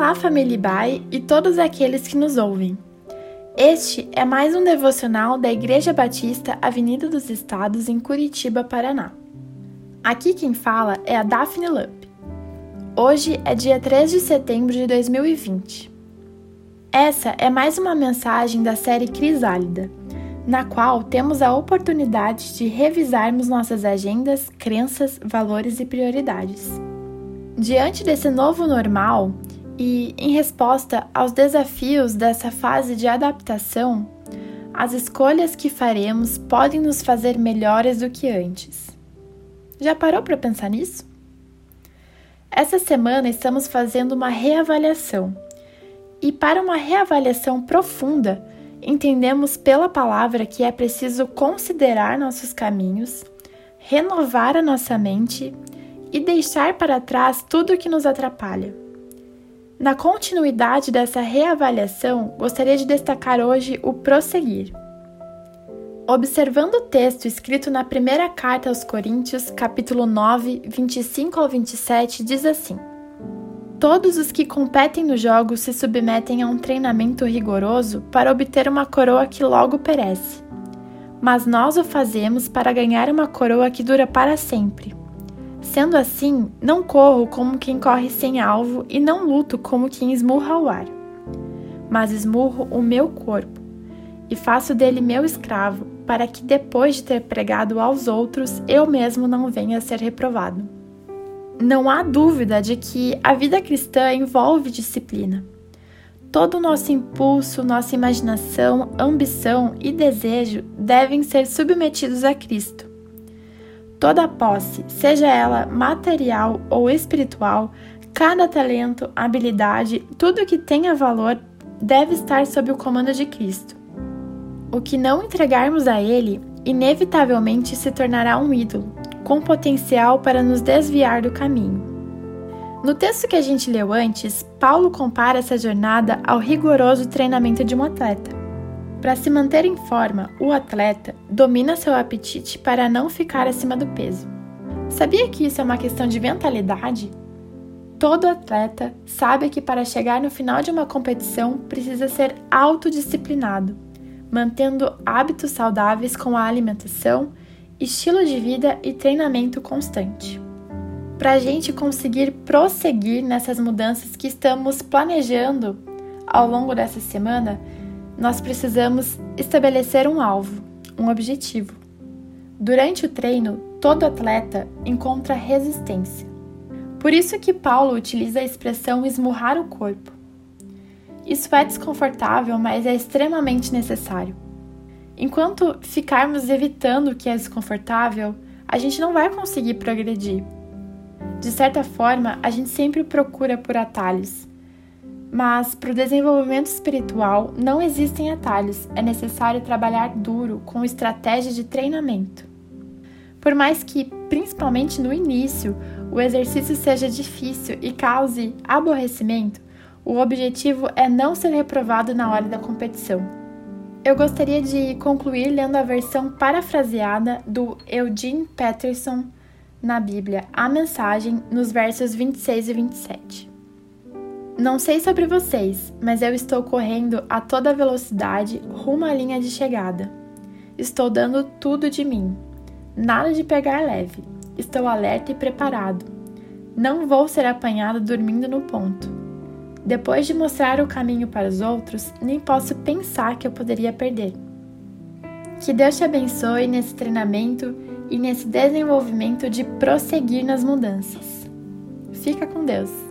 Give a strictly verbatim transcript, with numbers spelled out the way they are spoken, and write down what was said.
Olá, família Ibai e todos aqueles que nos ouvem. Este é mais um devocional da Igreja Batista Avenida dos Estados, em Curitiba, Paraná. Aqui quem fala é a Daphne Lupp. Hoje é dia três de setembro de dois mil e vinte. Essa é mais uma mensagem da série Crisálida, na qual temos a oportunidade de revisarmos nossas agendas, crenças, valores e prioridades. Diante desse novo normal e em resposta aos desafios dessa fase de adaptação, as escolhas que faremos podem nos fazer melhores do que antes. Já parou para pensar nisso? Essa semana estamos fazendo uma reavaliação. E para uma reavaliação profunda, entendemos pela palavra que é preciso considerar nossos caminhos, renovar a nossa mente e deixar para trás tudo o que nos atrapalha. Na continuidade dessa reavaliação, gostaria de destacar hoje o prosseguir. Observando o texto escrito na primeira carta aos Coríntios, capítulo nove, vinte e cinco ao vinte e sete, diz assim: Todos os que competem nos jogos se submetem a um treinamento rigoroso para obter uma coroa que logo perece. Mas nós o fazemos para ganhar uma coroa que dura para sempre. Sendo assim, não corro como quem corre sem alvo e não luto como quem esmurra o ar. Mas esmurro o meu corpo e faço dele meu escravo, para que depois de ter pregado aos outros, eu mesmo não venha a ser reprovado. Não há dúvida de que a vida cristã envolve disciplina. Todo o nosso impulso, nossa imaginação, ambição e desejo devem ser submetidos a Cristo. Toda posse, seja ela material ou espiritual, cada talento, habilidade, tudo que tenha valor deve estar sob o comando de Cristo. O que não entregarmos a Ele, inevitavelmente se tornará um ídolo, com potencial para nos desviar do caminho. No texto que a gente leu antes, Paulo compara essa jornada ao rigoroso treinamento de um atleta. Para se manter em forma, o atleta domina seu apetite para não ficar acima do peso. Sabia que isso é uma questão de mentalidade? Todo atleta sabe que para chegar no final de uma competição precisa ser autodisciplinado, mantendo hábitos saudáveis com a alimentação, estilo de vida e treinamento constante. Para a gente conseguir prosseguir nessas mudanças que estamos planejando ao longo dessa semana, nós precisamos estabelecer um alvo, um objetivo. Durante o treino, todo atleta encontra resistência. Por isso que Paulo utiliza a expressão esmurrar o corpo. Isso é desconfortável, mas é extremamente necessário. Enquanto ficarmos evitando o que é desconfortável, a gente não vai conseguir progredir. De certa forma, a gente sempre procura por atalhos. Mas, para o desenvolvimento espiritual, não existem atalhos, é necessário trabalhar duro com estratégia de treinamento. Por mais que, principalmente no início, o exercício seja difícil e cause aborrecimento, o objetivo é não ser reprovado na hora da competição. Eu gostaria de concluir lendo a versão parafraseada do Eugene Peterson na Bíblia, a mensagem, nos versos vinte e seis e vinte e sete. Não sei sobre vocês, mas eu estou correndo a toda velocidade rumo à linha de chegada. Estou dando tudo de mim. Nada de pegar leve. Estou alerta e preparado. Não vou ser apanhado dormindo no ponto. Depois de mostrar o caminho para os outros, nem posso pensar que eu poderia perder. Que Deus te abençoe nesse treinamento e nesse desenvolvimento de prosseguir nas mudanças. Fica com Deus!